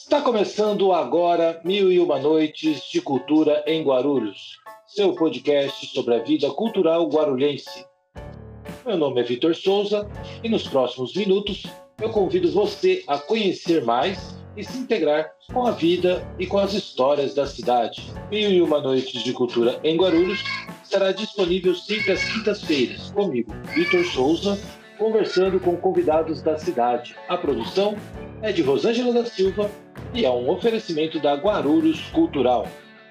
Está começando agora 1001 Noites de Cultura em Guarulhos, seu podcast sobre a vida cultural guarulhense. Meu nome é Vitor Souza e nos próximos minutos eu convido você a conhecer mais e se integrar com a vida e com as histórias da cidade. 1001 Noites de Cultura em Guarulhos estará disponível sempre às quintas-feiras, comigo, Vitor Souza, conversando com convidados da cidade. A produção é de Rosângela da Silva e é um oferecimento da Guarulhos Cultural.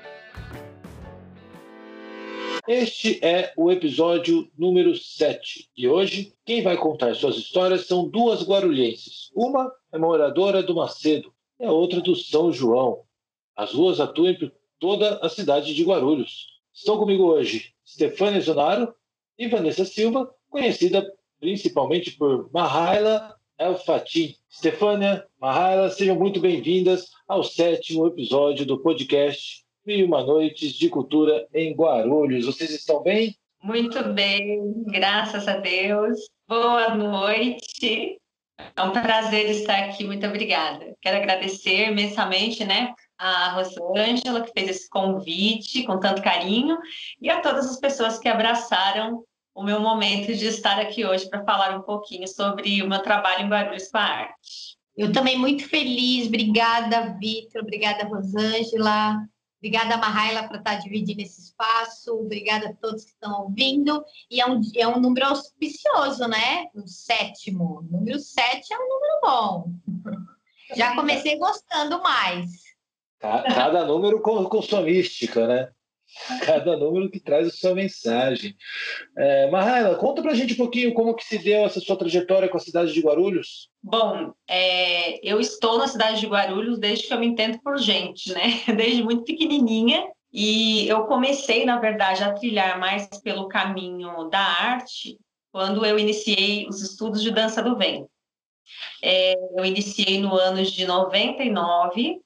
Este é o episódio número 7 e hoje quem vai contar suas histórias são duas guarulhenses. Uma é moradora do Macedo e a outra do São João. As duas atuam por toda a cidade de Guarulhos. Estão comigo hoje Stefânia Zonaro e Vanessa Silva, conhecida principalmente por Mahaila El Fatim. Stefânia, Mahaila, sejam muito bem-vindas ao 7º episódio do podcast 1001 Noites de Cultura em Guarulhos. Vocês estão bem? Muito bem, graças a Deus. Boa noite. É um prazer estar aqui, muito obrigada. Quero agradecer imensamente, a Rosângela, que fez esse convite com tanto carinho, e a todas as pessoas que abraçaram o meu momento de estar aqui hoje para falar um pouquinho sobre o meu trabalho em Guarulhos com a arte. Eu também muito feliz. Obrigada, Vitor. Obrigada, Rosângela. Obrigada, Mahaila, por estar dividindo esse espaço. Obrigada a todos que estão ouvindo. E é um número auspicioso, né? O 7º. O número 7 é um número bom. Já comecei gostando mais. Cada número com sua mística, né? Cada número que traz a sua mensagem. Mahaila, conta pra gente um pouquinho como que se deu essa sua trajetória com a cidade de Guarulhos. Bom, eu estou na cidade de Guarulhos desde que eu me entendo por gente, né? Desde muito pequenininha. E eu comecei, na verdade, a trilhar mais pelo caminho da arte quando eu iniciei os estudos de dança do ventre. Eu iniciei no ano de 99,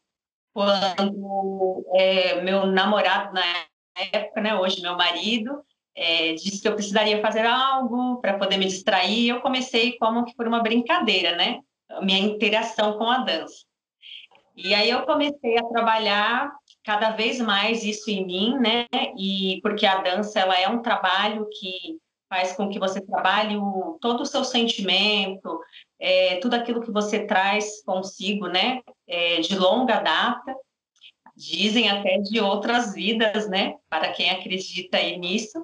quando meu namorado, na época, né, hoje meu marido, disse que eu precisaria fazer algo para poder me distrair. Eu comecei como que por uma brincadeira, né? A minha interação com a dança. E aí eu comecei a trabalhar cada vez mais isso em mim, né? E porque a dança, ela é um trabalho que faz com que você trabalhe todo o seu sentimento, tudo aquilo que você traz consigo, né? De longa data. Dizem até de outras vidas, né? Para quem acredita aí nisso.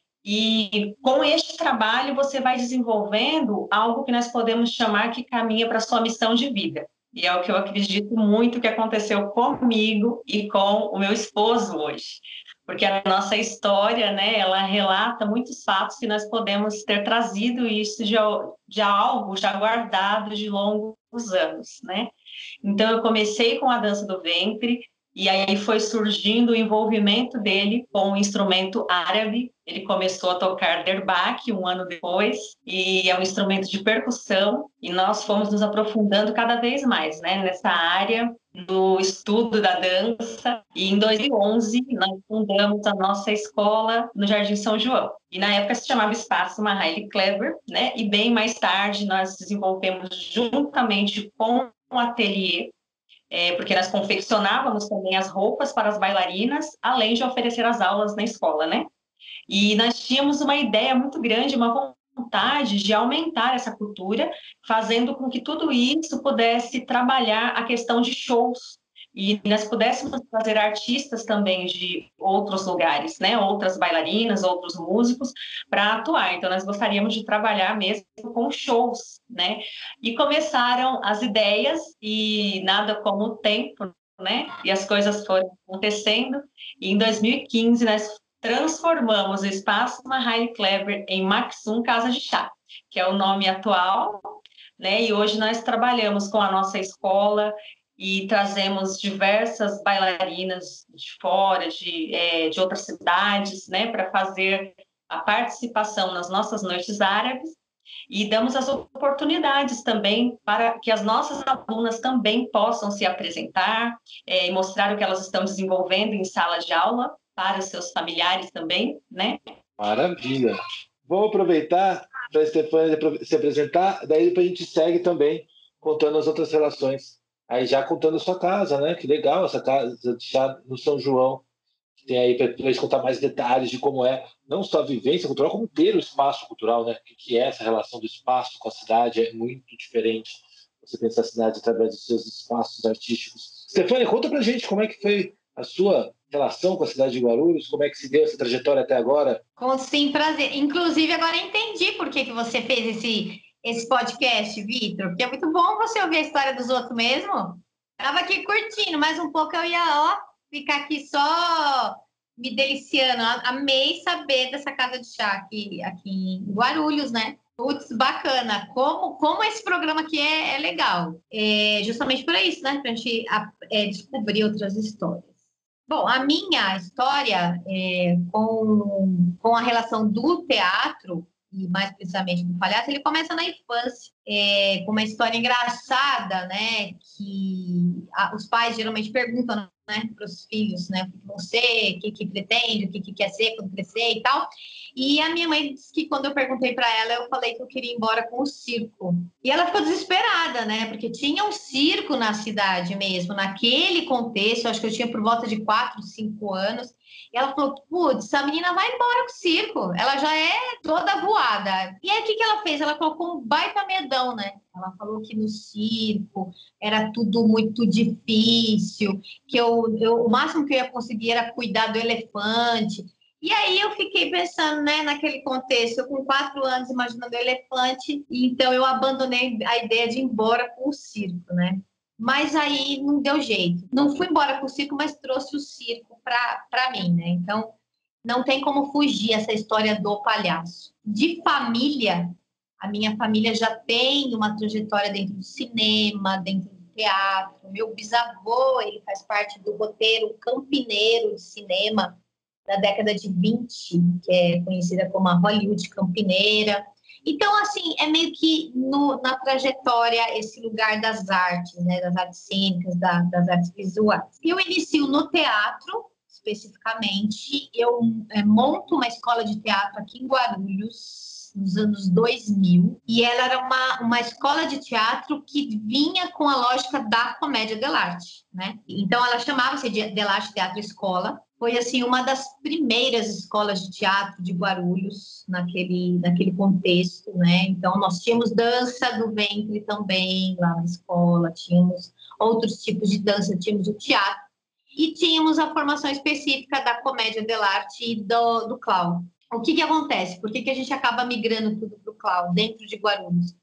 E com este trabalho você vai desenvolvendo algo que nós podemos chamar que caminha para a sua missão de vida. E é o que eu acredito muito que aconteceu comigo e com o meu esposo hoje. Porque a nossa história, né, ela relata muitos fatos que nós podemos ter trazido isso de algo já guardado de longos anos, né? Então eu comecei com a dança do ventre, e aí foi surgindo o envolvimento dele com o instrumento árabe. Ele começou a tocar derbak um ano depois, e é um instrumento de percussão, e nós fomos nos aprofundando cada vez mais, né, nessa área do estudo da dança. E em 2011 nós fundamos a nossa escola no Jardim São João. E na época se chamava Espaço Mahaila Clever, né? E bem mais tarde nós desenvolvemos juntamente com um ateliê, porque nós confeccionávamos também as roupas para as bailarinas, além de oferecer as aulas na escola, né? E nós tínhamos uma ideia muito grande, uma vontade de aumentar essa cultura, fazendo com que tudo isso pudesse trabalhar a questão de shows, e nós pudéssemos trazer artistas também de outros lugares, né? Outras bailarinas, outros músicos, para atuar. Então, nós gostaríamos de trabalhar mesmo com shows, né? E começaram as ideias, e nada como o tempo, né? E as coisas foram acontecendo. E em 2015, nós transformamos o Espaço Mahaila Clever em Maxum Casa de Chá, que é o nome atual, né? E hoje nós trabalhamos com a nossa escola e trazemos diversas bailarinas de fora, de outras cidades, né, para fazer a participação nas nossas noites árabes, e damos as oportunidades também para que as nossas alunas também possam se apresentar, e mostrar o que elas estão desenvolvendo em sala de aula para os seus familiares também, né? Maravilha! Vamos aproveitar para a Stefânia se apresentar, daí depois a gente segue também contando as outras relações Aí já contando a sua casa, né? Que legal essa casa de chá no São João. Que tem aí para eles contar mais detalhes de como é, não só a vivência cultural, como ter o espaço cultural, né? O que é essa relação do espaço com a cidade? É muito diferente você pensar a cidade através dos seus espaços artísticos. Stefânia, conta pra gente como é que foi a sua relação com a cidade de Guarulhos, como é que se deu essa trajetória até agora? Com sim, prazer. Inclusive, agora entendi por que você fez esse podcast, Vitor, porque é muito bom você ouvir a história dos outros mesmo. Estava aqui curtindo, mais um pouco eu ia, ficar aqui só me deliciando. Amei saber dessa casa de chá aqui em Guarulhos, né? Putz, bacana. Como esse programa aqui é legal. Justamente por isso, né? Para a gente descobrir outras histórias. Bom, a minha história com a relação do teatro, e mais precisamente do palhaço, ele começa na infância, com uma história engraçada, né? Que os pais geralmente perguntam, né, para os filhos, né, o que vão ser, o que pretende, o que quer ser quando crescer e tal. E a minha mãe disse que quando eu perguntei para ela, eu falei que eu queria ir embora com o circo. E ela ficou desesperada, né? Porque tinha um circo na cidade mesmo, naquele contexto, acho que eu tinha por volta de 4, 5 anos. E ela falou, putz, essa menina vai embora com o circo, ela já é toda voada. E aí o que ela fez? Ela colocou um baita medão, né? Ela falou que no circo era tudo muito difícil, que o máximo que eu ia conseguir era cuidar do elefante. E aí eu fiquei pensando, né, naquele contexto, eu com 4 anos imaginando o elefante, e então eu abandonei a ideia de ir embora com o circo, né? Mas aí não deu jeito. Não fui embora com o circo, mas trouxe o circo para mim, né? Então não tem como fugir essa história do palhaço. De família, a minha família já tem uma trajetória dentro do cinema, dentro do teatro. Meu bisavô, ele faz parte do roteiro Campineiro de cinema da década de 20, que é conhecida como a Hollywood Campineira. Então, assim, é meio que na trajetória esse lugar das artes, né, das artes cênicas, das artes visuais. Eu inicio no teatro, especificamente. Eu monto uma escola de teatro aqui em Guarulhos, nos anos 2000, e ela era uma escola de teatro que vinha com a lógica da comédia dell'arte, né? Então, ela chamava-se de dell'arte Teatro Escola. Foi, assim, uma das primeiras escolas de teatro de Guarulhos, naquele contexto, né? Então, nós tínhamos dança do ventre também lá na escola, tínhamos outros tipos de dança, tínhamos o teatro, e tínhamos a formação específica da comédia dell'arte e do clown. O que acontece? Por que a gente acaba migrando tudo para o clown dentro de Guarulhos?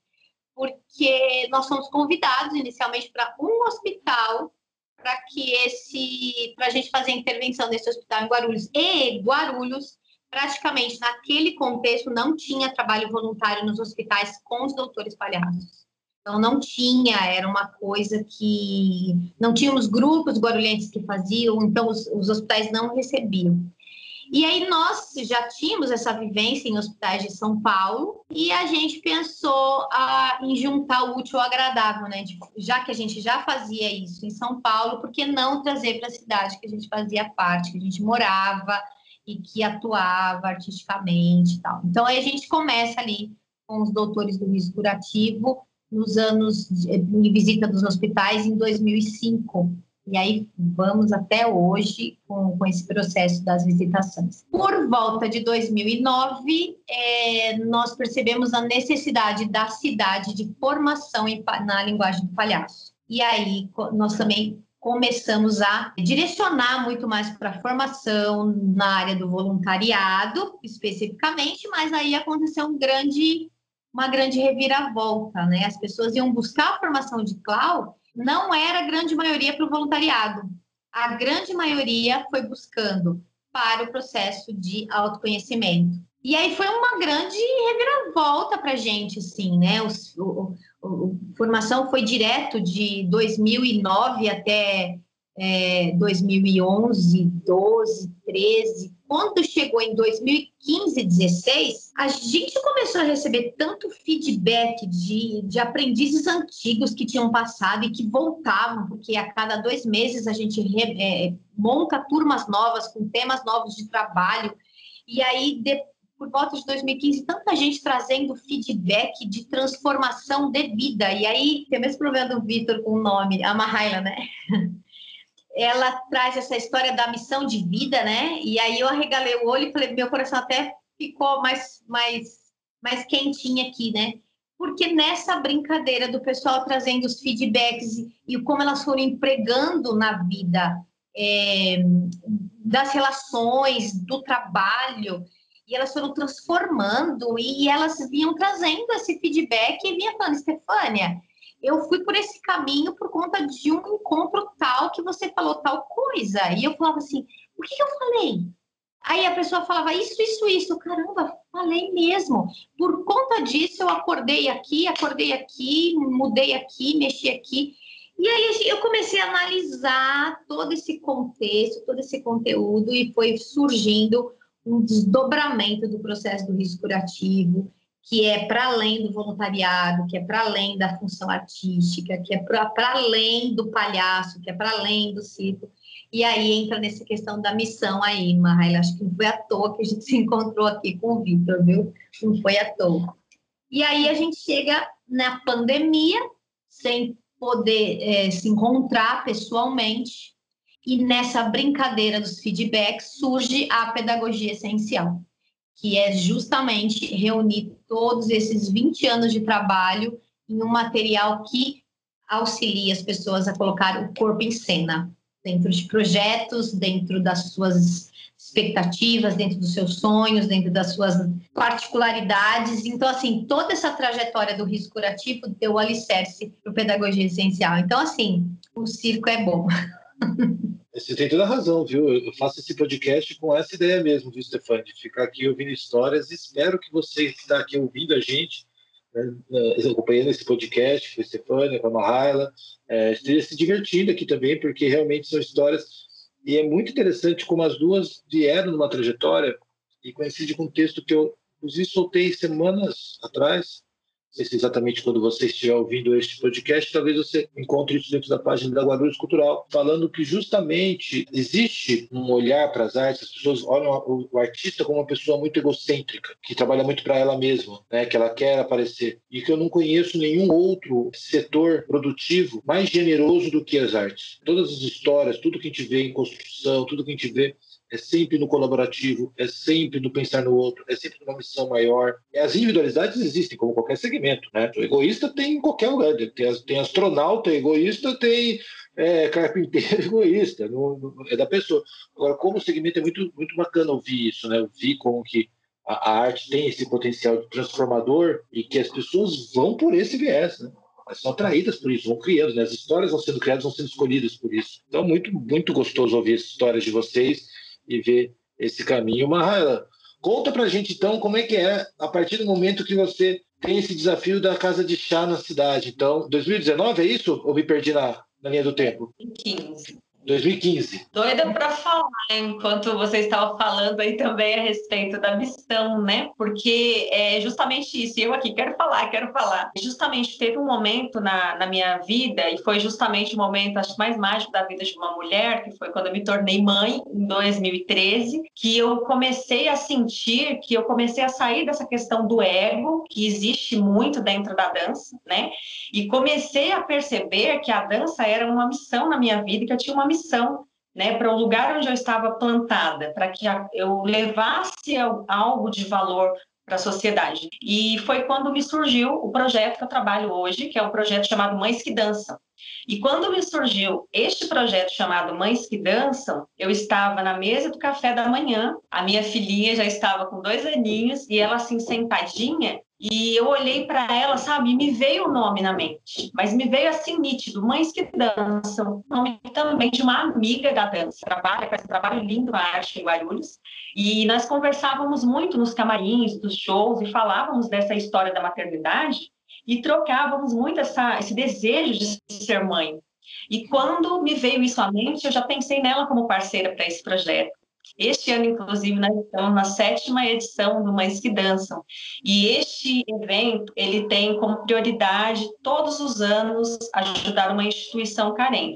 Porque nós fomos convidados inicialmente para um hospital para a gente fazer a intervenção nesse hospital em Guarulhos. E Guarulhos, praticamente naquele contexto, não tinha trabalho voluntário nos hospitais com os doutores palhaços. Então, não tinha, era uma coisa que... Não tínhamos grupos guarulhenses que faziam, então os hospitais não recebiam. E aí nós já tínhamos essa vivência em hospitais de São Paulo e a gente pensou em juntar o útil ao agradável, né? Já que a gente já fazia isso em São Paulo, por que não trazer para a cidade que a gente fazia parte, que a gente morava e que atuava artisticamente e tal. Então, aí a gente começa ali com os doutores do riso curativo nos anos de visita dos hospitais em 2005. E aí vamos até hoje com esse processo das visitações. Por volta de 2009, nós percebemos a necessidade da cidade de formação na linguagem do palhaço. E aí nós também começamos a direcionar muito mais para a formação na área do voluntariado, especificamente, mas aí aconteceu uma grande reviravolta, né? As pessoas iam buscar a formação de clown, não era a grande maioria para o voluntariado. A grande maioria foi buscando para o processo de autoconhecimento. E aí foi uma grande reviravolta para a gente, assim, né? A formação foi direto de 2009 até 2011, 12, 13. Quando chegou em 2015, 16, a gente começou a receber tanto feedback de aprendizes antigos que tinham passado e que voltavam, porque a cada 2 meses a gente monta turmas novas, com temas novos de trabalho. E aí, por volta de 2015, tanta gente trazendo feedback de transformação de vida. E aí, tem o mesmo problema do Vitor com o nome, a Mahaila, né? Ela traz essa história da missão de vida, né? E aí eu arregalei o olho e falei, meu coração até ficou mais quentinho aqui, né? Porque nessa brincadeira do pessoal trazendo os feedbacks e como elas foram empregando na vida das relações, do trabalho, e elas foram transformando e elas vinham trazendo esse feedback e vinha falando, Estefânia, eu fui por esse caminho por conta de um encontro tal que você falou tal coisa. E eu falava assim, o que eu falei? Aí a pessoa falava isso. Caramba, falei mesmo. Por conta disso, eu acordei aqui, mudei aqui, mexi aqui. E aí eu comecei a analisar todo esse contexto, todo esse conteúdo e foi surgindo um desdobramento do processo do risco curativo, que é para além do voluntariado, que é para além da função artística, que é para além do palhaço, que é para além do circo. E aí entra nessa questão da missão aí, Mahaila. Acho que não foi à toa que a gente se encontrou aqui com o Vitor, viu? Não foi à toa. E aí a gente chega na pandemia, sem poder se encontrar pessoalmente, e nessa brincadeira dos feedbacks surge a pedagogia essencial, que é justamente reunir todos esses 20 anos de trabalho em um material que auxilia as pessoas a colocar o corpo em cena, dentro de projetos, dentro das suas expectativas, dentro dos seus sonhos, dentro das suas particularidades. Então, assim, toda essa trajetória do risco curativo deu o alicerce para a pedagogia essencial. Então, assim, o circo é bom. Você tem toda a razão, viu? Eu faço esse podcast com essa ideia mesmo, viu, Stefania? De ficar aqui ouvindo histórias. Espero que você que está aqui ouvindo a gente, né, acompanhando esse podcast com a Stefania, com a Mahaila, esteja se divertindo aqui também, porque realmente são histórias. E é muito interessante como as duas vieram numa trajetória e coincide com um texto que eu, inclusive, soltei semanas atrás. Não sei se exatamente quando você estiver ouvindo este podcast, talvez você encontre isso dentro da página da Guarulhos Cultural, falando que justamente existe um olhar para as artes, as pessoas olham o artista como uma pessoa muito egocêntrica, que trabalha muito para ela mesma, né, que ela quer aparecer, e que eu não conheço nenhum outro setor produtivo mais generoso do que as artes. Todas as histórias, tudo que a gente vê em construção, tudo que a gente vê é sempre no colaborativo, é sempre no pensar no outro, é sempre numa missão maior. E as individualidades existem, como qualquer segmento, né? O egoísta tem em qualquer lugar. Tem astronauta egoísta, tem carpinteiro egoísta, é da pessoa. Agora, como segmento, é muito, muito bacana ouvir isso, né? Ouvir como que a arte tem esse potencial transformador e que as pessoas vão por esse viés, né? Elas são atraídas por isso, vão criando, né? As histórias vão sendo criadas, vão sendo escolhidas por isso. Então, muito, muito gostoso ouvir as histórias de vocês e ver esse caminho. Mahaila, conta pra gente então como é que é a partir do momento que você tem esse desafio da casa de chá na cidade. Então, 2019 é isso? Ou me perdi na linha do tempo? 2015. Doida para falar, enquanto você estava falando aí também a respeito da missão, né? Porque é justamente isso, eu aqui quero falar. Justamente teve um momento na minha vida, e foi justamente o momento, acho, mais mágico da vida de uma mulher, que foi quando eu me tornei mãe, em 2013, que eu comecei a sentir, que eu comecei a sair dessa questão do ego, que existe muito dentro da dança, né? E comecei a perceber que a dança era uma missão na minha vida, que eu tinha uma missão, né, para o lugar onde eu estava plantada, para que eu levasse algo de valor para a sociedade. E foi quando me surgiu o projeto que eu trabalho hoje, que é um projeto chamado Mães que Dançam. E quando me surgiu este projeto chamado Mães que Dançam, eu estava na mesa do café da manhã, a minha filhinha já estava com 2 aninhos, e ela assim sentadinha, e eu olhei para ela, sabe, e me veio o nome na mente, mas me veio assim nítido, Mães que Dançam, nome também de uma amiga da dança, trabalha com esse trabalho lindo na arte em Guarulhos, e nós conversávamos muito nos camarins, dos shows, e falávamos dessa história da maternidade, e trocávamos muito esse desejo de ser mãe. E quando me veio isso à mente, eu já pensei nela como parceira para esse projeto. Este ano, inclusive, nós estamos na 7ª edição do Mães que Dançam. E este evento, ele tem como prioridade, todos os anos, ajudar uma instituição carente.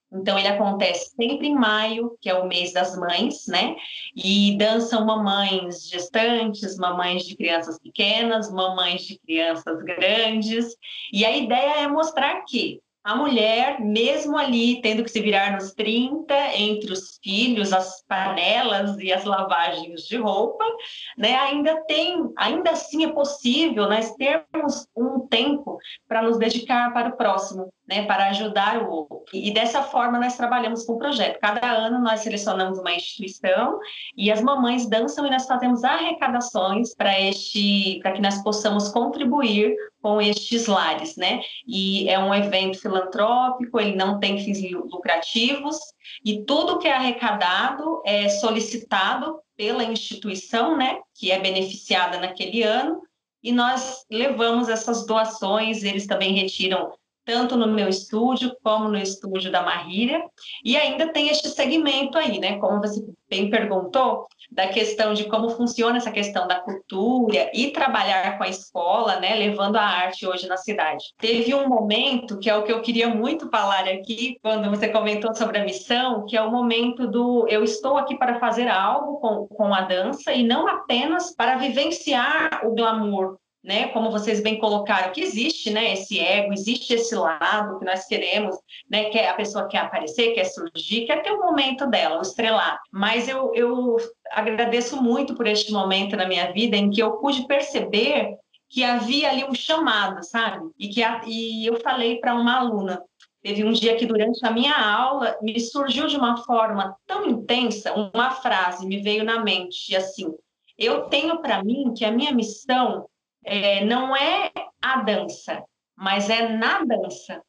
Então, ele acontece sempre em maio, que é o mês das mães, né? E dançam mamães gestantes, mamães de crianças pequenas, mamães de crianças grandes. E a ideia é mostrar que a mulher, mesmo ali tendo que se virar nos 30, entre os filhos, as panelas e as lavagens de roupa, né, ainda assim é possível nós termos um tempo para nos dedicar para o próximo, né, para ajudar o outro. E dessa forma nós trabalhamos com o projeto. Cada ano nós selecionamos uma instituição e as mamães dançam e nós fazemos arrecadações para que nós possamos contribuir com estes lares, né? E é um evento filantrópico, ele não tem fins lucrativos e tudo que é arrecadado é solicitado pela instituição, né, que é beneficiada naquele ano, e nós levamos essas doações, eles também retiram tanto no meu estúdio como no estúdio da Mahíria, e ainda tem este segmento aí, né, como você bem perguntou, da questão de como funciona essa questão da cultura e trabalhar com a escola, né, levando a arte hoje na cidade. Teve um momento, que é o que eu queria muito falar aqui, quando você comentou sobre a missão, que é o momento do eu estou aqui para fazer algo com a dança e não apenas para vivenciar o glamour, né? Como vocês bem colocaram, que existe, né? Esse ego, existe esse lado que nós queremos, né? Que a pessoa quer aparecer, quer surgir, quer ter o momento dela, o estrelar. Mas eu agradeço muito por este momento na minha vida em que eu pude perceber que havia ali um chamado, sabe? E eu falei para uma aluna. Teve um dia que, durante a minha aula, me surgiu de uma forma tão intensa, uma frase me veio na mente, assim: eu tenho para mim que a minha missão não é a dança, mas é na dança.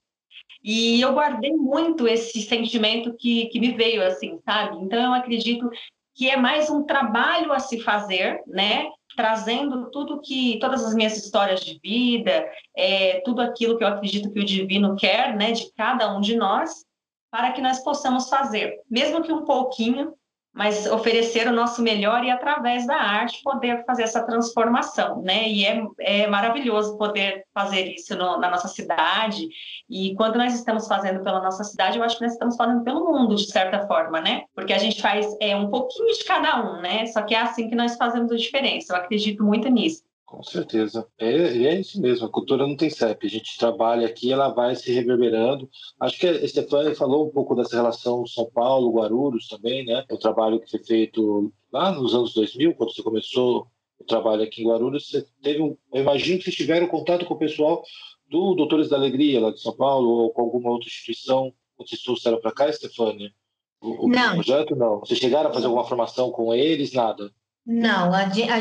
E eu guardei muito esse sentimento que me veio, assim, sabe? Então, eu acredito que é mais um trabalho a se fazer, né? Trazendo todas as minhas histórias de vida, tudo aquilo que eu acredito que o divino quer, né? De cada um de nós, para que nós possamos fazer, mesmo que um pouquinho, mas oferecer o nosso melhor e, através da arte, poder fazer essa transformação, né? E é maravilhoso poder fazer isso na nossa cidade. E quando nós estamos fazendo pela nossa cidade, eu acho que nós estamos fazendo pelo mundo, de certa forma, né? Porque a gente faz um pouquinho de cada um, né? Só que é assim que nós fazemos a diferença. Eu acredito muito nisso. Com certeza. É isso mesmo, a cultura não tem CEP. A gente trabalha aqui, ela vai se reverberando. Acho que a Stefania falou um pouco dessa relação São Paulo, Guarulhos também, né? O trabalho que foi feito lá nos anos 2000, quando você começou o trabalho aqui em Guarulhos, você teve eu imagino que vocês tiveram contato com o pessoal do Doutores da Alegria, lá de São Paulo, ou com alguma outra instituição, quando vocês trouxeram para cá, Stefania? O projeto, não. Vocês chegaram a fazer alguma formação com eles? Nada? Não,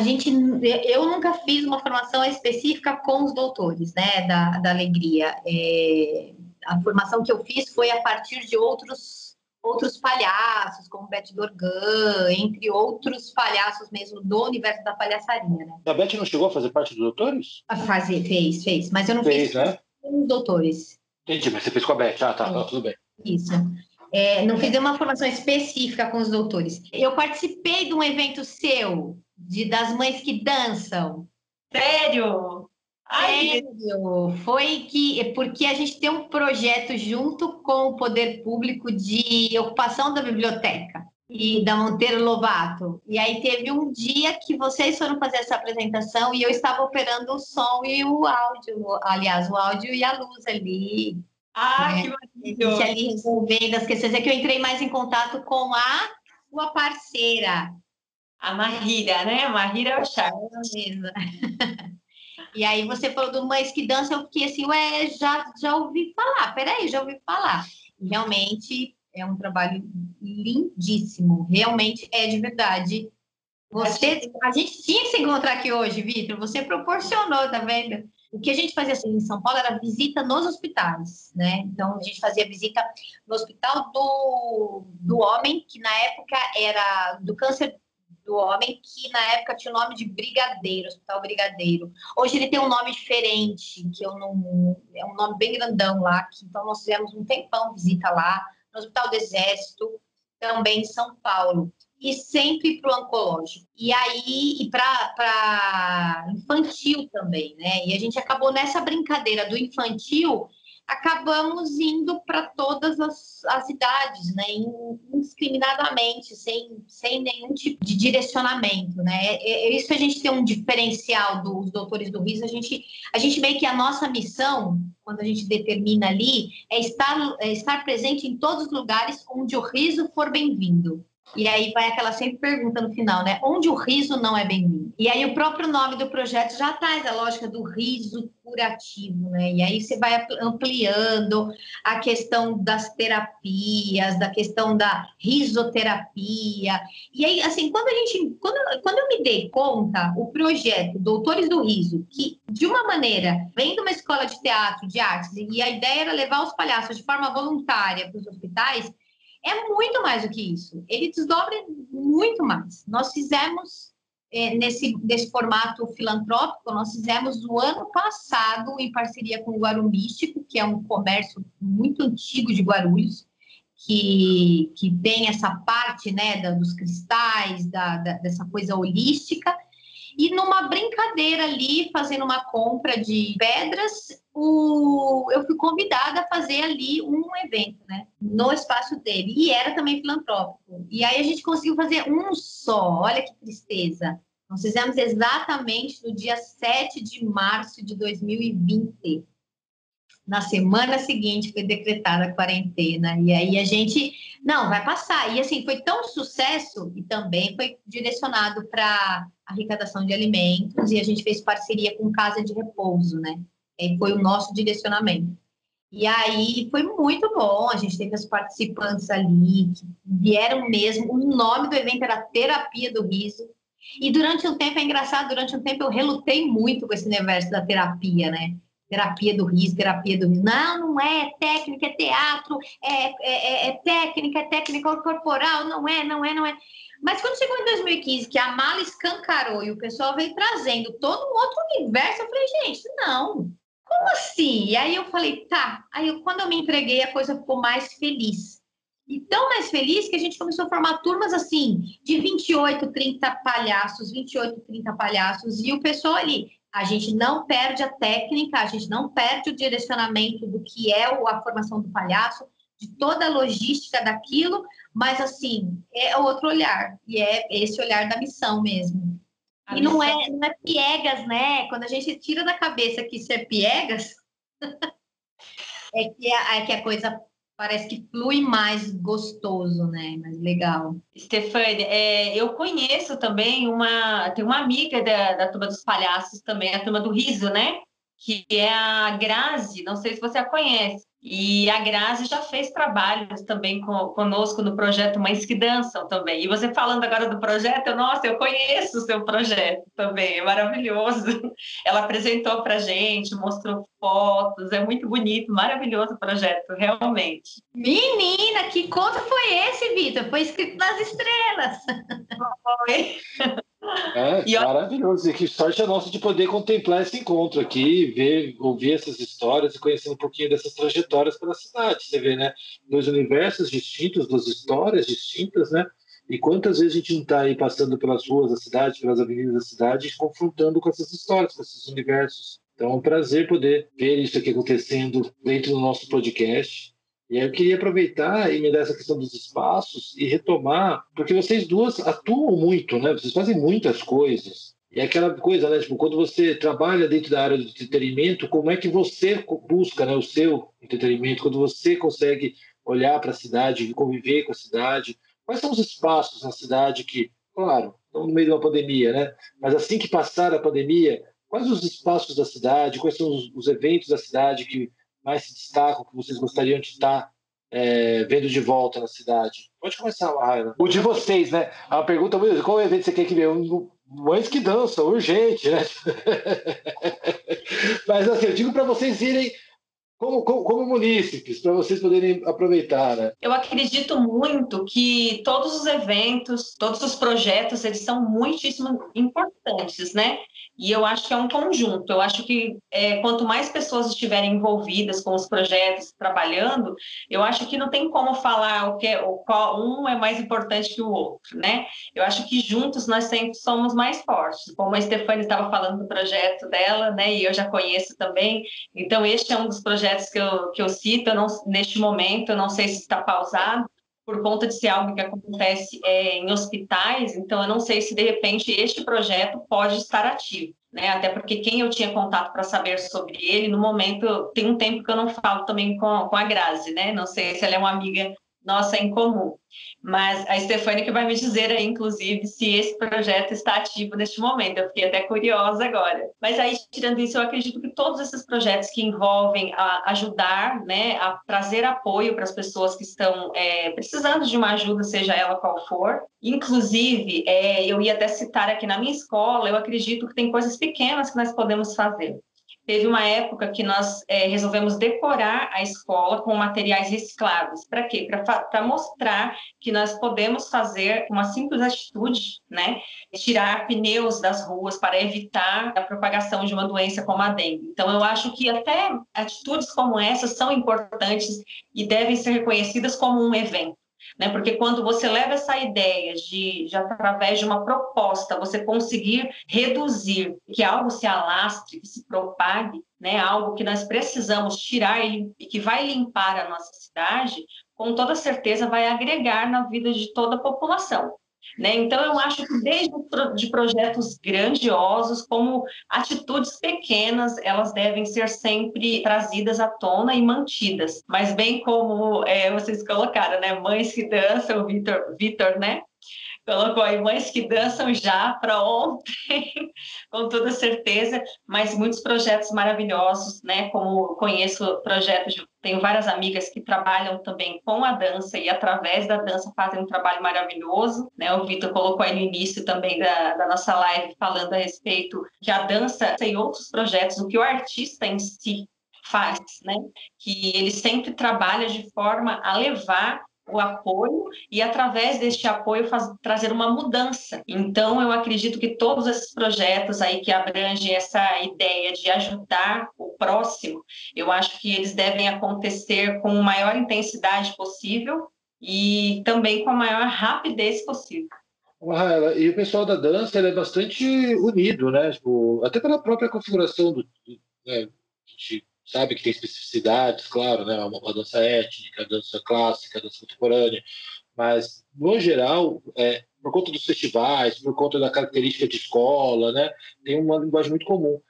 eu nunca fiz uma formação específica com os doutores, né, da Alegria. A formação que eu fiz foi a partir de outros palhaços, como Beth Dorgan, entre outros palhaços mesmo do universo da palhaçaria, né? A Beth não chegou a fazer parte dos doutores? Fez, mas eu não fiz né? com os doutores. Entendi, mas você fez com a Beth. Ah, tá, tudo bem. Isso. Não fiz uma formação específica com os doutores. Eu participei de um evento seu, das mães que dançam. Sério? Sério? Porque a gente tem um projeto junto com o poder público de ocupação da biblioteca e da Monteiro Lobato. E aí teve um dia que vocês foram fazer essa apresentação e eu estava operando o som e o áudio, aliás, o áudio e a luz ali. Que maravilhoso. Ali resolvendo as questões. É que eu entrei mais em contato com a sua parceira. A Mahíria, né? A Mahíria é o charme. E aí você falou do Mães que Dançam, eu fiquei assim, já ouvi falar, já ouvi falar. E realmente é um trabalho lindíssimo, realmente é de verdade. A gente tinha que se encontrar aqui hoje, Vitor, você proporcionou, tá vendo? O que a gente fazia assim, em São Paulo era visita nos hospitais, né? Então, a gente fazia visita no hospital do homem, que na época era do câncer do homem, que na época tinha o nome de Brigadeiro, Hospital Brigadeiro. Hoje ele tem um nome diferente, que é um nome bem grandão lá, então nós fizemos um tempão visita lá, no Hospital do Exército, também em São Paulo. E sempre para o oncológico. E aí, para infantil também, né? E a gente acabou nessa brincadeira do infantil, acabamos indo para todas as idades, né, indiscriminadamente, sem nenhum tipo de direcionamento, né? Isso a gente tem um diferencial dos Doutores do Riso, a gente meio que a nossa missão, quando a gente determina ali, é estar presente em todos os lugares onde o riso for bem-vindo. E aí vai aquela sempre pergunta no final, né? Onde o riso não é bem-vindo? E aí o próprio nome do projeto já traz a lógica do riso curativo, né? E aí você vai ampliando a questão das terapias, da questão da risoterapia. E aí, assim, quando eu me dei conta, o projeto Doutores do Riso, que de uma maneira vem de uma escola de teatro, de artes, e a ideia era levar os palhaços de forma voluntária para os hospitais, é muito mais do que isso. Ele desdobra muito mais. Nós fizemos, nesse formato filantrópico, nós fizemos no ano passado, em parceria com o Guarumbístico, que é um comércio muito antigo de Guarulhos, que tem essa parte, né, dos cristais, dessa coisa holística. E numa brincadeira ali, fazendo uma compra de pedras, eu fui convidada a fazer ali um evento, né? No espaço dele. E era também filantrópico. E aí a gente conseguiu fazer um só. Olha que tristeza. Nós fizemos exatamente no dia 7 de março de 2020. Na semana seguinte foi decretada a quarentena. E aí a gente... Não, vai passar. E assim, foi tão sucesso e também foi direcionado para arrecadação de alimentos e a gente fez parceria com Casa de Repouso, né? E foi o nosso direcionamento. E aí foi muito bom, a gente teve as participantes ali, que vieram mesmo, o nome do evento era Terapia do Riso, e durante um tempo, é engraçado, durante um tempo eu relutei muito com esse universo da terapia, né? Terapia do riso. Não é técnica, é teatro, é técnica corporal, não é. Mas quando chegou em 2015, que a mala escancarou e o pessoal veio trazendo todo um outro universo, eu falei, gente, não, como assim? E aí eu falei, tá. Aí quando eu me entreguei, a coisa ficou mais feliz. E tão mais feliz que a gente começou a formar turmas assim, de 28, 30 palhaços, e o pessoal ali, a gente não perde a técnica, a gente não perde o direcionamento do que é a formação do palhaço, de toda a logística daquilo, mas assim, é outro olhar, e é esse olhar da missão mesmo. E não é piegas, né? Quando a gente tira da cabeça que isso é piegas, é que a coisa parece que flui mais gostoso, né? Mais legal. Stefane, eu conheço também tem uma amiga da Turma dos Palhaços também, a Turma do Riso, né? Que é a Grazi, não sei se você a conhece. E a Grazi já fez trabalhos também conosco no projeto Mães que Dançam também. E você falando agora do projeto, nossa, eu conheço o seu projeto também, é maravilhoso. Ela apresentou para a gente, mostrou fotos, é muito bonito, maravilhoso o projeto, realmente. Menina, que conto foi esse, Vitor? Foi escrito nas estrelas. Foi. Maravilhoso. E que sorte a nossa de poder contemplar esse encontro aqui, ouvir essas histórias e conhecer um pouquinho dessas trajetórias pela cidade. Você vê, né? Dois universos distintos, duas histórias distintas, né? E quantas vezes a gente não está aí passando pelas ruas da cidade, pelas avenidas da cidade, confrontando com essas histórias, com esses universos. Então é um prazer poder ver isso aqui acontecendo dentro do nosso podcast. E aí eu queria aproveitar e me dar essa questão dos espaços e retomar, porque vocês duas atuam muito, né? Vocês fazem muitas coisas. E é aquela coisa, né? Tipo, quando você trabalha dentro da área do entretenimento, como é que você busca, né, o seu entretenimento? Quando você consegue olhar para a cidade, conviver com a cidade? Quais são os espaços na cidade que, claro, estão no meio de uma pandemia, né? Mas assim que passar a pandemia, quais os espaços da cidade? Quais são os eventos da cidade que mais se destacam, que vocês gostariam de estar vendo de volta na cidade? Pode começar, Raila. O de vocês, né? A pergunta é: qual evento você quer que veja? Mães que Dançam, urgente, né? Mas assim, eu digo para vocês irem como munícipes, para vocês poderem aproveitar, né? Eu acredito muito que todos os eventos, todos os projetos, eles são muitíssimo importantes, né? E eu acho que é um conjunto. Eu acho que quanto mais pessoas estiverem envolvidas com os projetos, trabalhando, eu acho que não tem como falar qual um é mais importante que o outro, né? Eu acho que juntos nós sempre somos mais fortes. Como a Stefane estava falando do projeto dela, né? E eu já conheço também. Então, este é um dos projetos projetos que eu cito, neste momento, eu não sei se está pausado, por conta de ser algo que acontece em hospitais, então eu não sei se, de repente, este projeto pode estar ativo, né? Até porque quem eu tinha contato para saber sobre ele, no momento, tem um tempo que eu não falo também com a Grazi, né? Não sei se ela é uma amiga nossa em comum. Mas a Stefânia que vai me dizer aí, inclusive, se esse projeto está ativo neste momento. Eu fiquei até curiosa agora. Mas aí, tirando isso, eu acredito que todos esses projetos que envolvem ajudar, né, a trazer apoio para as pessoas que estão precisando de uma ajuda, seja ela qual for. Inclusive, eu ia até citar aqui na minha escola, eu acredito que tem coisas pequenas que nós podemos fazer. Teve uma época que nós resolvemos decorar a escola com materiais recicláveis. Para quê? Para mostrar que nós podemos fazer uma simples atitude, né? Tirar pneus das ruas para evitar a propagação de uma doença como a dengue. Então, eu acho que até atitudes como essas são importantes e devem ser reconhecidas como um evento. Né? Porque quando você leva essa ideia de através de uma proposta, você conseguir reduzir que algo se alastre, que se propague, né? Algo que nós precisamos tirar e que vai limpar a nossa cidade, com toda certeza vai agregar na vida de toda a população. Né? Então, eu acho que desde de projetos grandiosos, como atitudes pequenas, elas devem ser sempre trazidas à tona e mantidas. Mas bem como vocês colocaram, né? Mães que dançam, o Vitor, né? Colocou aí mães que dançam já para ontem, com toda certeza, mas muitos projetos maravilhosos, né? Como conheço projetos, tenho várias amigas que trabalham também com a dança e através da dança fazem um trabalho maravilhoso, né? O Vitor colocou aí no início também da nossa live falando a respeito que a dança e outros projetos, o que o artista em si faz, né? Que ele sempre trabalha de forma a levar o apoio e, através deste apoio, trazer uma mudança. Então, eu acredito que todos esses projetos aí que abrangem essa ideia de ajudar o próximo, eu acho que eles devem acontecer com a maior intensidade possível e também com a maior rapidez possível. E o pessoal da dança ele é bastante unido, né? Tipo, até pela própria configuração né? A gente sabe que tem especificidades, claro, né? Uma dança étnica, a dança clássica, a dança contemporânea, mas, no geral, por conta dos festivais, por conta da característica de escola, né? Tem uma linguagem muito comum.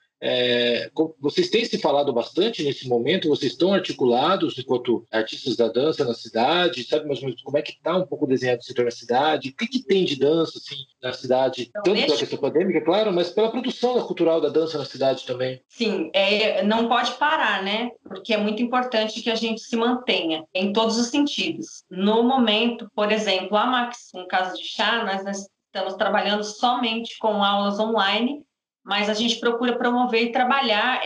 Vocês têm se falado bastante nesse momento? Vocês estão articulados enquanto artistas da dança na cidade? Sabe mais ou menos como é que está um pouco desenhado o setor na cidade? O que tem de dança assim, na cidade? Então, tanto pela questão pandêmica, claro, mas pela produção cultural da dança na cidade também. Sim, não pode parar, né? Porque é muito importante que a gente se mantenha em todos os sentidos. No momento, por exemplo, a Max, no caso de chá, nós estamos trabalhando somente com aulas online, mas a gente procura promover e trabalhar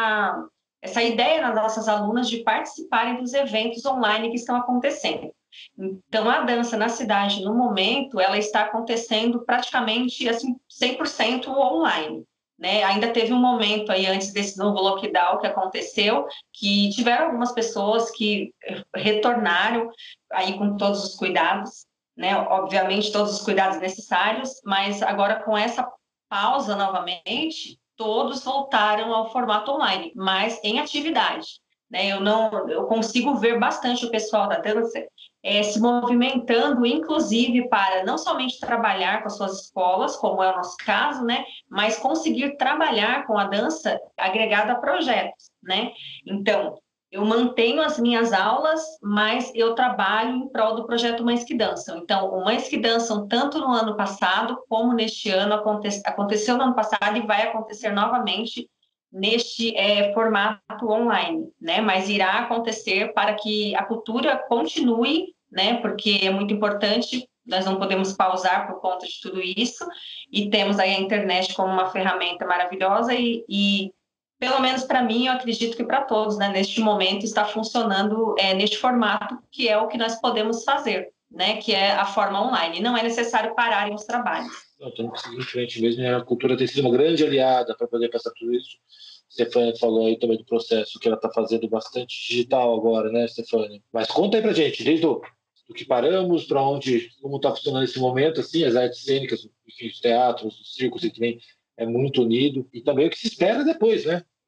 essa ideia nas nossas alunas de participarem dos eventos online que estão acontecendo. Então, a dança na cidade, no momento, ela está acontecendo praticamente assim, 100% online. Né? Ainda teve um momento aí antes desse novo lockdown que aconteceu, que tiveram algumas pessoas que retornaram aí com todos os cuidados, né? Obviamente todos os cuidados necessários, mas agora com essa pausa novamente, todos voltaram ao formato online, mas em atividade. Né? Eu consigo ver bastante o pessoal da dança se movimentando, inclusive, para não somente trabalhar com as suas escolas, como é o nosso caso, né? Mas conseguir trabalhar com a dança agregada a projetos, né? Então, eu mantenho as minhas aulas, mas eu trabalho em prol do projeto Mães que Dançam. Então, o Mães que Dançam, tanto no ano passado como neste ano, aconteceu no ano passado e vai acontecer novamente neste formato online, né? Mas irá acontecer para que a cultura continue, né? Porque é muito importante, nós não podemos pausar por conta de tudo isso, e temos aí a internet como uma ferramenta maravilhosa e pelo menos para mim, eu acredito que para todos, né? Neste momento está funcionando neste formato, que é o que nós podemos fazer, né? Que é a forma online. Não é necessário pararem os trabalhos. Temos que seguir em frente mesmo, a cultura tem sido uma grande aliada para poder passar tudo isso. Stefânia falou aí também do processo que ela está fazendo bastante digital agora, né, Stefânia? Mas conta aí pra gente, desde do que paramos, para onde, como está funcionando esse momento, assim, as artes cênicas, enfim, os teatros, os circos, que também é muito unido, e também o que se espera depois, né?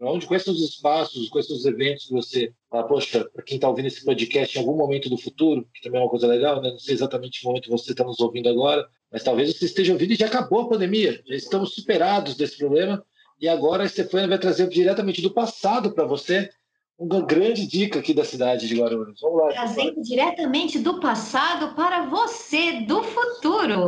onde, quais são os espaços, quais são os eventos que você fala, poxa, para quem está ouvindo esse podcast em algum momento do futuro, que também é uma coisa legal, né? Não sei exatamente que momento você está nos ouvindo agora, mas talvez você esteja ouvindo e já acabou a pandemia, já estamos superados desse problema, e agora a Estefânia vai trazer diretamente do passado para você uma grande dica aqui da cidade de Guarulhos. Vamos lá. Trazendo diretamente do passado para você do futuro.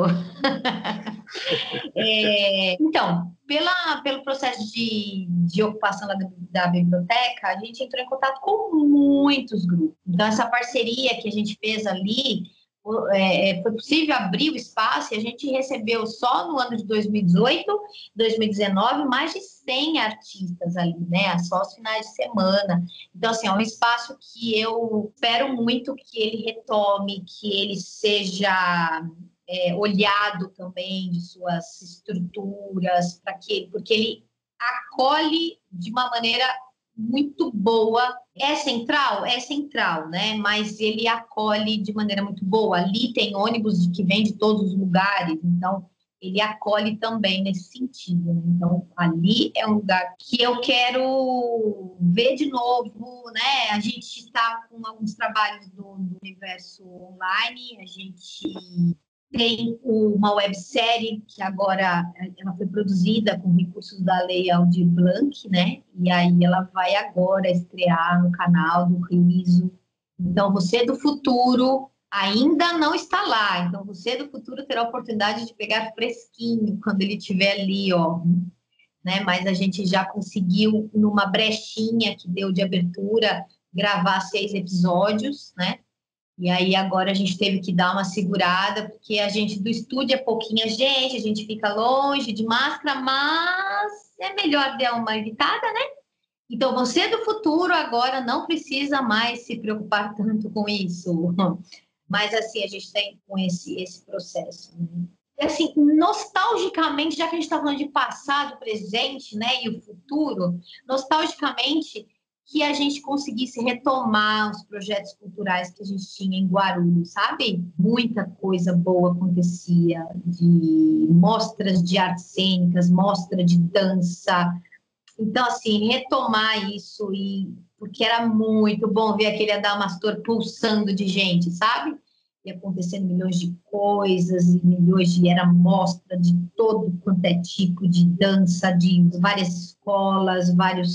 Então, pelo processo de ocupação da biblioteca, a gente entrou em contato com muitos grupos. Então, essa parceria que a gente fez ali, foi possível abrir o espaço e a gente recebeu só no ano de 2018, 2019, mais de 100 artistas ali, né? Só os finais de semana. Então, assim, é um espaço que eu espero muito que ele retome, que ele seja olhado também de suas estruturas, porque ele acolhe de uma maneira muito boa. É central, né? Mas ele acolhe de maneira muito boa. Ali tem ônibus que vem de todos os lugares, então ele acolhe também nesse sentido, né? Então, ali é um lugar que eu quero ver de novo, né? A gente está com alguns trabalhos do universo online, a gente tem uma websérie que agora ela foi produzida com recursos da Lei Aldir Blanc, né? E aí ela vai agora estrear no canal do Riso. Então, você do futuro ainda não está lá. Então, você do futuro terá a oportunidade de pegar fresquinho quando ele estiver ali, ó. Né? Mas a gente já conseguiu, numa brechinha que deu de abertura, gravar 6 episódios, né? E aí agora a gente teve que dar uma segurada, porque a gente do estúdio é pouquinha gente, a gente fica longe de máscara, mas é melhor dar uma evitada, né? Então você do futuro agora não precisa mais se preocupar tanto com isso. Mas assim, a gente tem com esse processo, né? E assim, nostalgicamente, já que a gente está falando de passado, presente, né, e o futuro, nostalgicamente, que a gente conseguisse retomar os projetos culturais que a gente tinha em Guarulhos, sabe? Muita coisa boa acontecia, de mostras de artes cênicas, mostra de dança. Então, assim, retomar isso, porque era muito bom ver aquele Adamastor pulsando de gente, sabe? E acontecendo milhões de coisas, era mostra de todo quanto é tipo de dança, de várias escolas,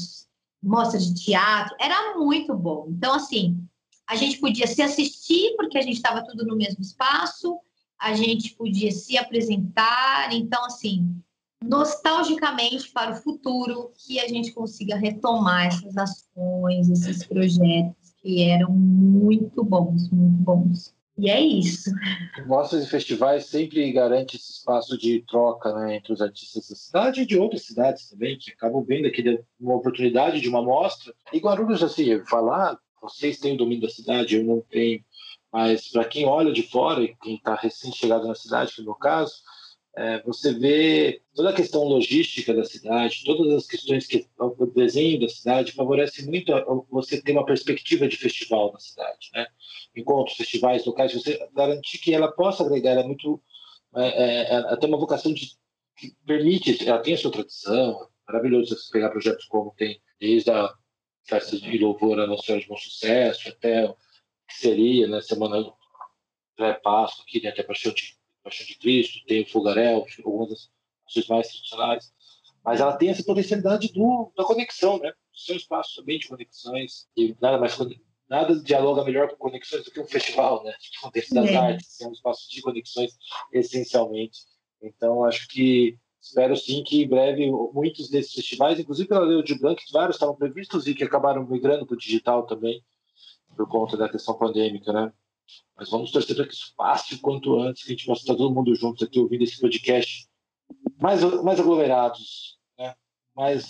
mostras de teatro, era muito bom. Então, assim, a gente podia se assistir, porque a gente estava tudo no mesmo espaço, a gente podia se apresentar, então, assim, nostalgicamente para o futuro, que a gente consiga retomar essas ações, esses projetos que eram muito bons, muito bons. E é isso. Mostras e festivais sempre garantem esse espaço de troca, né, entre os artistas da cidade e de outras cidades também, que acabam vendo aqui uma oportunidade de uma mostra. E Guarulhos, assim, falar, vocês têm o domínio da cidade, eu não tenho, mas para quem olha de fora e quem está recém-chegado na cidade, que é o meu caso, você vê toda a questão logística da cidade, todas as questões que o desenho da cidade favorece muito você ter uma perspectiva de festival na cidade, né? Encontros, festivais locais, você garantir que ela possa agregar, ela é muito, ela tem uma vocação que permite, ela tem a sua tradição, maravilhoso você pegar projetos como tem desde a festa de louvor a Nossa Senhora de Bom Sucesso até o que seria, né, semana pré-Páscoa, aqui, né, até Paixão de Cristo, tem o Fogaréu, algumas das ações mais tradicionais, mas ela tem essa potencialidade da conexão, né? O seu espaço também de conexões, e nada dialoga melhor com conexões do que um festival, né? O contexto das artes, é um espaço de conexões essencialmente. Então, acho que espero sim que em breve muitos desses festivais, inclusive pela Lei Aldir Blanc, vários estavam previstos e que acabaram migrando para o digital também, por conta da questão pandêmica, né? Mas vamos torcer para que isso passe o quanto antes, que a gente possa estar todo mundo juntos aqui ouvindo esse podcast mais aglomerados, né? mais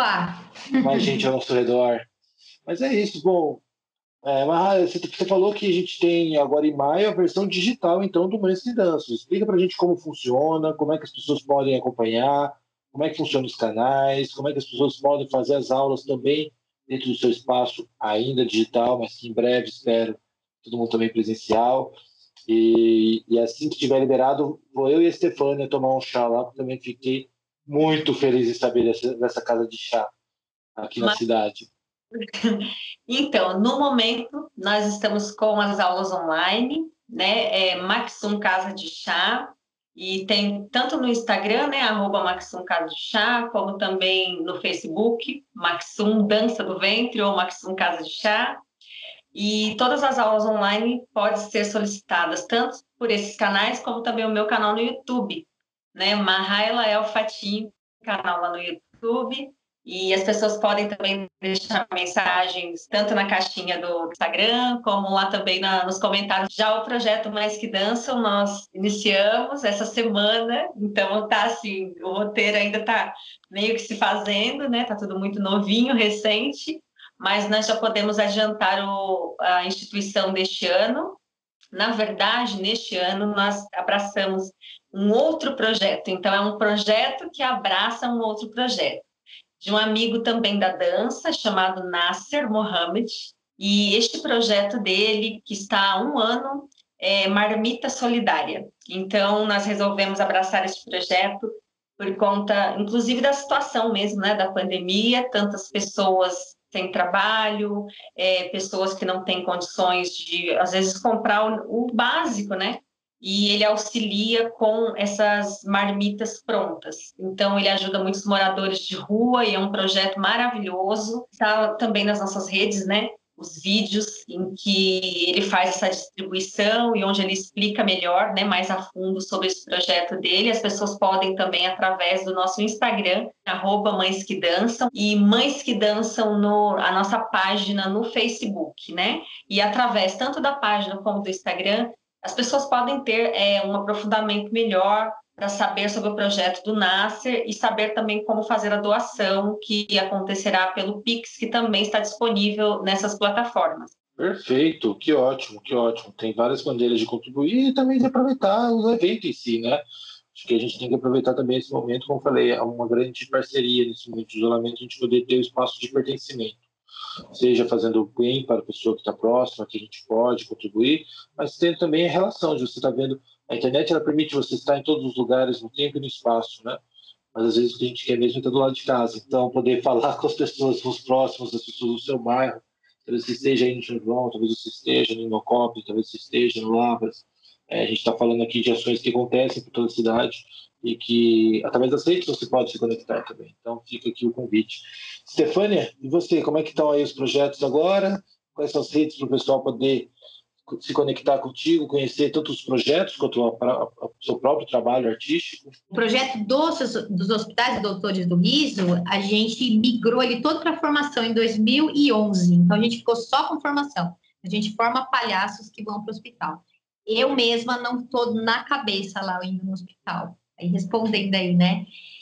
gente ao nosso redor. Mas é isso, bom. Mas você falou que a gente tem agora em maio a versão digital, então, do Mestre Danças. Explica para a gente como funciona, como é que as pessoas podem acompanhar, como é que funcionam os canais, como é que as pessoas podem fazer as aulas também dentro do seu espaço, ainda digital, mas que em breve, espero, todo mundo também presencial. E assim que estiver liberado, vou eu e a Estefânia tomar um chá lá, porque também fiquei muito feliz em saber dessa casa de chá aqui na cidade? Então, no momento, nós estamos com as aulas online, né? Maxum Casa de Chá, e tem tanto no Instagram, né? @Maxum Casa de Chá, como também no Facebook, Maxum Dança do Ventre ou Maxum Casa de Chá. E todas as aulas online podem ser solicitadas tanto por esses canais, como também o meu canal no YouTube, né? Mahaila El Fatim, canal lá no YouTube. E as pessoas podem também deixar mensagens tanto na caixinha do Instagram, como lá também nos comentários. Já o projeto Mais Que Dançam, nós iniciamos essa semana, então tá assim, o roteiro ainda tá meio que se fazendo, né? Tá tudo muito novinho, recente, mas nós já podemos adiantar a instituição deste ano. Na verdade, neste ano, nós abraçamos um outro projeto. Então, é um projeto que abraça um outro projeto, de um amigo também da dança, chamado Nasser Mohamed. E este projeto dele, que está há um ano, é Marmita Solidária. Então, nós resolvemos abraçar este projeto por conta, inclusive, da situação mesmo, né, da pandemia, tantas pessoas sem trabalho, pessoas que não têm condições de, às vezes, comprar o básico, né? E ele auxilia com essas marmitas prontas. Então, ele ajuda muitos moradores de rua e é um projeto maravilhoso. Está também nas nossas redes, né? Os vídeos em que ele faz essa distribuição e onde ele explica melhor, né, mais a fundo sobre esse projeto dele. As pessoas podem também, através do nosso Instagram, @Mães que Dançam, e Mães que Dançam a nossa página no Facebook, né? E através tanto da página como do Instagram, as pessoas podem ter um aprofundamento melhor para saber sobre o projeto do Nasser e saber também como fazer a doação, que acontecerá pelo Pix, que também está disponível nessas plataformas. Perfeito, que ótimo, que ótimo. Tem várias maneiras de contribuir e também de aproveitar o evento em si, né? Acho que a gente tem que aproveitar também esse momento, como eu falei, é uma grande parceria nesse momento de isolamento, a gente poder ter o espaço de pertencimento, seja fazendo bem para a pessoa que está próxima, que a gente pode contribuir, mas tendo também a relação de você estar vendo. A internet, ela permite você estar em todos os lugares, no tempo e no espaço, né? Mas às vezes o que a gente quer mesmo é estar do lado de casa. Então, poder falar com as pessoas, com os próximos, as pessoas do seu bairro. Talvez você esteja aí no São João, talvez você esteja no Inocop, talvez você esteja no Lavras. A gente está falando aqui de ações que acontecem por toda a cidade e que, através das redes, você pode se conectar também. Então, fica aqui o convite. Stefânia, e você? Como é que estão aí os projetos agora? Quais são as redes para o pessoal poder se conectar contigo, conhecer tanto os projetos quanto o seu próprio trabalho artístico? O projeto dos Hospitais Doutores do Riso, a gente migrou ele todo para formação em 2011. Então, a gente ficou só com formação. A gente forma palhaços que vão para o hospital. Eu mesma não estou na cabeça lá indo no hospital. Aí, respondendo aí, né?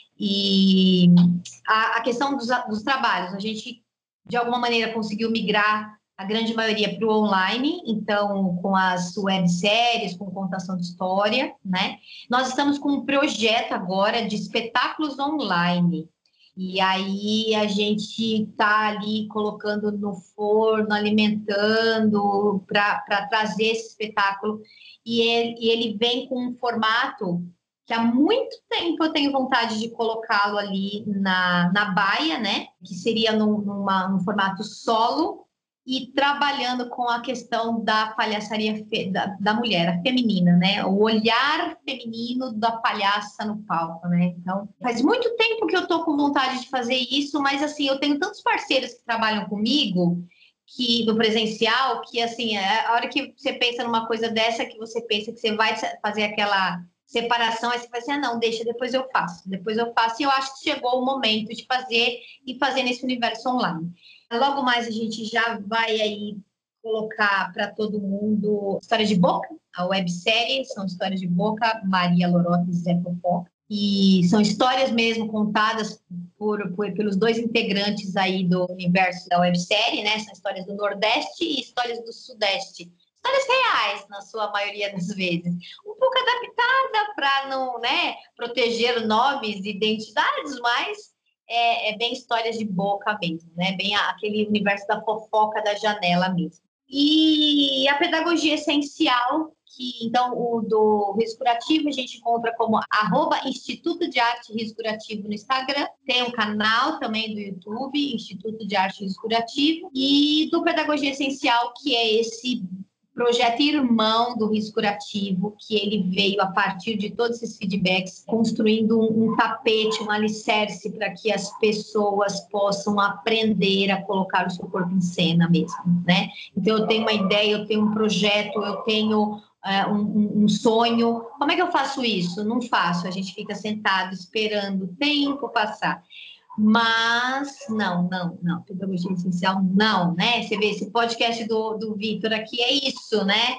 E a questão dos trabalhos, a gente, de alguma maneira, conseguiu migrar a grande maioria para o online, então, com as webséries, com contação de história, né? Nós estamos com um projeto agora de espetáculos online. E aí a gente está ali colocando no forno, alimentando para trazer esse espetáculo. E ele vem com um formato que há muito tempo eu tenho vontade de colocá-lo ali na baia, né? Que seria num formato solo, e trabalhando com a questão da palhaçaria da mulher, a feminina, né? O olhar feminino da palhaça no palco, né? Então, faz muito tempo que eu tô com vontade de fazer isso, mas assim, eu tenho tantos parceiros que trabalham comigo no presencial, que assim, a hora que você pensa numa coisa dessa, que você pensa que você vai fazer aquela separação, aí você vai assim, não, deixa, depois eu faço, e eu acho que chegou o momento de fazer e fazer nesse universo online. Logo mais a gente já vai aí colocar para todo mundo História de Boca, a websérie, são histórias de boca, Maria Lorota e Zé Fofoca. E são histórias mesmo contadas pelos dois integrantes aí do universo da websérie, né? São histórias do Nordeste e histórias do Sudeste. Histórias reais, na sua maioria das vezes. Um pouco adaptada para não, né, proteger nomes e identidades, mas é bem histórias de boca mesmo, né? Bem aquele universo da fofoca da janela mesmo. E a pedagogia essencial então, o do Risco Curativo a gente encontra como @Instituto de Arte Risco Curativo no Instagram. Tem um canal também do YouTube, Instituto de Arte Risco Curativo. E do Pedagogia Essencial, que é esse projeto irmão do Risco Curativo, que ele veio a partir de todos esses feedbacks, construindo um tapete, um alicerce para que as pessoas possam aprender a colocar o seu corpo em cena mesmo, né? Então, eu tenho uma ideia, eu tenho um projeto, eu tenho um sonho. Como é que eu faço isso? Não faço, a gente fica sentado esperando o tempo passar. Mas, não, Pedagogia Essencial, não, né? Você vê, esse podcast do Vitor aqui é isso, né?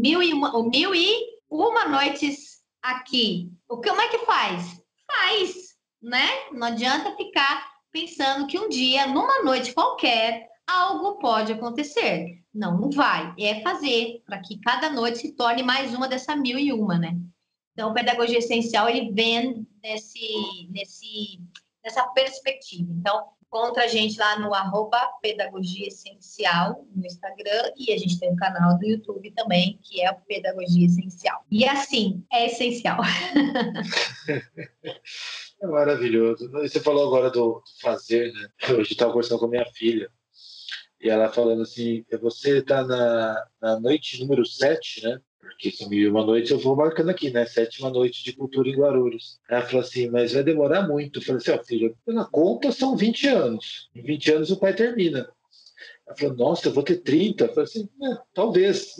1001 noites aqui. Como é que faz? Faz, né? Não adianta ficar pensando que um dia, numa noite qualquer, algo pode acontecer. Não vai. É fazer para que cada noite se torne mais uma dessa 1001, né? Então, Pedagogia Essencial, ele vem nessa perspectiva. Então, encontra a gente lá no @Pedagogia Essencial no Instagram, e a gente tem um canal do YouTube também, que é o Pedagogia Essencial. E assim, é essencial. É maravilhoso. Você falou agora do fazer, né? Hoje estava conversando com a minha filha, e ela falando assim, você está na noite número 7, né? Porque se 1001 noites eu vou marcando aqui, né? 7ª noite de cultura em Guarulhos. Ela falou assim, mas vai demorar muito. Eu falei assim, filha, pela conta são 20 anos. Em 20 anos o pai termina. Ela falou, nossa, eu vou ter 30. Eu falei assim, talvez.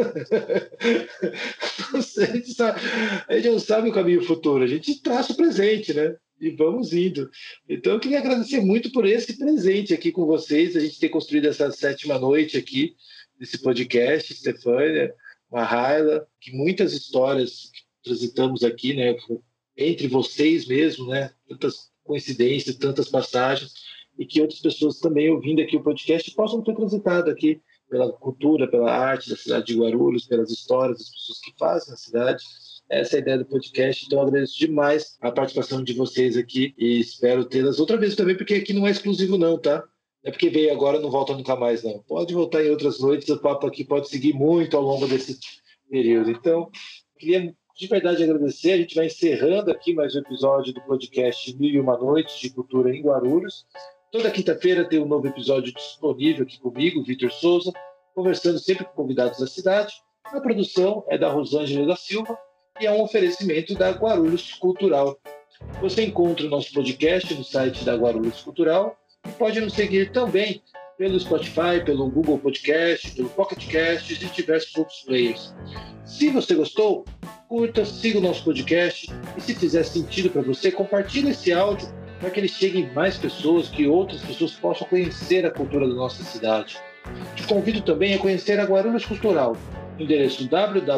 A gente não sabe o caminho futuro, a gente traça o presente, né? E vamos indo. Então, eu queria agradecer muito por esse presente aqui com vocês, a gente ter construído essa 7ª noite aqui, nesse podcast, Stefânia, Mahaila, que muitas histórias que transitamos aqui, né, entre vocês mesmo, né, tantas coincidências, tantas passagens, e que outras pessoas também ouvindo aqui o podcast possam ter transitado aqui pela cultura, pela arte da cidade de Guarulhos, pelas histórias das pessoas que fazem a cidade. Essa é a ideia do podcast, então eu agradeço demais a participação de vocês aqui e espero tê-las outra vez também, porque aqui não é exclusivo não, tá? É porque veio agora, não volta nunca mais, não. Pode voltar em outras noites, o papo aqui pode seguir muito ao longo desse período. Então, queria de verdade agradecer. A gente vai encerrando aqui mais um episódio do podcast 1001 Noites de Cultura em Guarulhos. Toda quinta-feira tem um novo episódio disponível aqui comigo, Vitor Souza, conversando sempre com convidados da cidade. A produção é da Rosângela da Silva e é um oferecimento da Guarulhos Cultural. Você encontra o nosso podcast no site da Guarulhos Cultural. Pode nos seguir também pelo Spotify, pelo Google Podcast, pelo Pocket Cast e diversos outros players. Se você gostou, curta, siga o nosso podcast e se fizer sentido para você, compartilhe esse áudio para que ele chegue em mais pessoas, que outras pessoas possam conhecer a cultura da nossa cidade. Te convido também a conhecer a Guarulhos Cultural, no endereço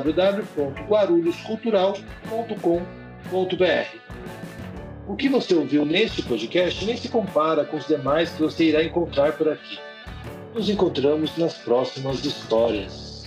www.guarulhoscultural.com.br. O que você ouviu neste podcast nem se compara com os demais que você irá encontrar por aqui. Nos encontramos nas próximas histórias.